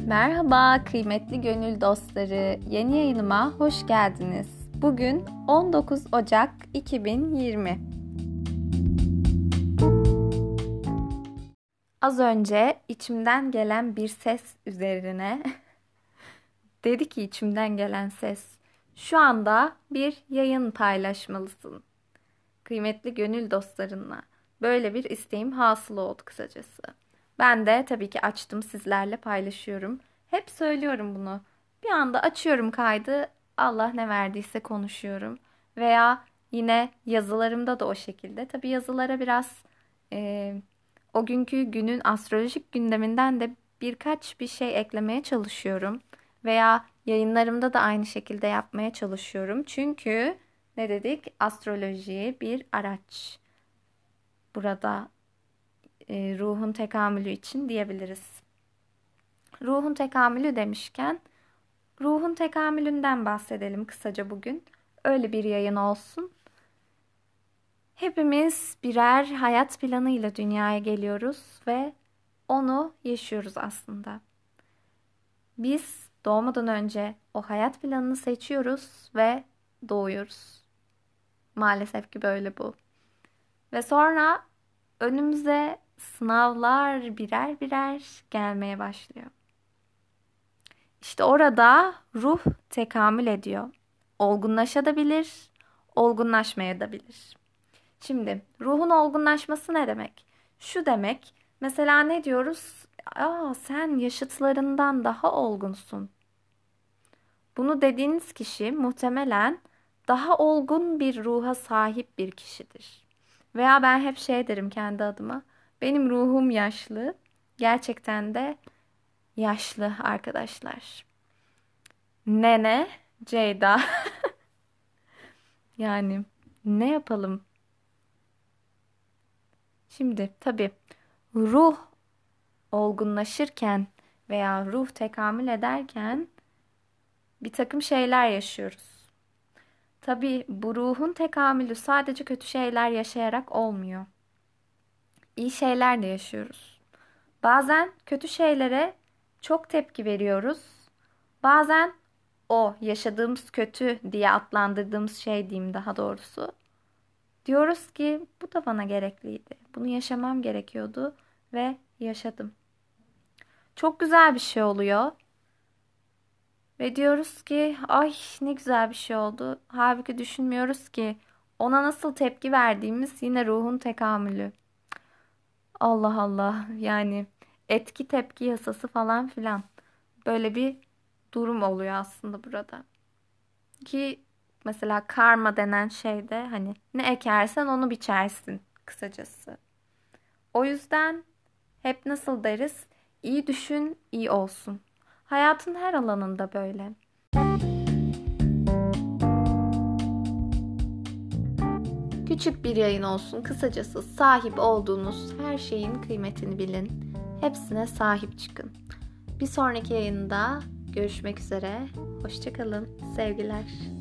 Merhaba kıymetli gönül dostları, yeni yayınıma hoş geldiniz. Bugün 19 Ocak 2020. Az önce içimden gelen bir ses üzerine dedi ki içimden gelen ses, şu anda bir yayın paylaşmalısın. Kıymetli gönül dostlarınla böyle bir isteğim hasıl oldu kısacası. Ben de tabii ki açtım, sizlerle paylaşıyorum. Hep söylüyorum bunu. Bir anda açıyorum kaydı, Allah ne verdiyse konuşuyorum. Veya yine yazılarımda da o şekilde. Tabii yazılara biraz o günkü günün astrolojik gündeminden de birkaç bir şey eklemeye çalışıyorum. Veya yayınlarımda da aynı şekilde yapmaya çalışıyorum. Çünkü ne dedik? Astroloji bir araç. Burada ruhun tekamülü için diyebiliriz. Ruhun tekamülü demişken ruhun tekamülünden bahsedelim kısaca bugün. Öyle bir yayın olsun. Hepimiz birer hayat planıyla dünyaya geliyoruz ve onu yaşıyoruz aslında. Biz doğmadan önce o hayat planını seçiyoruz ve doğuyoruz. Maalesef ki böyle bu. Ve sonra önümüze sınavlar birer birer gelmeye başlıyor. İşte orada ruh tekamül ediyor. Olgunlaşabilir, olgunlaşmayabilir. Şimdi ruhun olgunlaşması ne demek? Şu demek, mesela ne diyoruz? Sen yaşıtlarından daha olgunsun. Bunu dediğiniz kişi muhtemelen daha olgun bir ruha sahip bir kişidir. Veya ben hep şey derim kendi adıma. Benim ruhum yaşlı. Gerçekten de yaşlı arkadaşlar. Nene Ceyda. Yani ne yapalım? Şimdi tabii ruh olgunlaşırken veya ruh tekamül ederken bir takım şeyler yaşıyoruz. Tabii bu ruhun tekamülü sadece kötü şeyler yaşayarak olmuyor. İyi şeyler de yaşıyoruz. Bazen kötü şeylere çok tepki veriyoruz. Bazen o yaşadığımız kötü diye adlandırdığımız şey diyeyim daha doğrusu. Diyoruz ki bu da bana gerekliydi. Bunu yaşamam gerekiyordu ve yaşadım. Çok güzel bir şey oluyor. Ve diyoruz ki ay ne güzel bir şey oldu. Halbuki düşünmüyoruz ki ona nasıl tepki verdiğimiz yine ruhun tekamülü. Allah Allah, yani etki tepki yasası falan filan. Böyle bir durum oluyor aslında burada. Ki mesela karma denen şeyde hani ne ekersen onu biçersin kısacası. O yüzden hep nasıl deriz? İyi düşün, iyi olsun. Hayatın her alanında böyle. Küçük bir yayın olsun. Kısacası sahip olduğunuz her şeyin kıymetini bilin. Hepsine sahip çıkın. Bir sonraki yayında görüşmek üzere. Hoşça kalın. Sevgiler.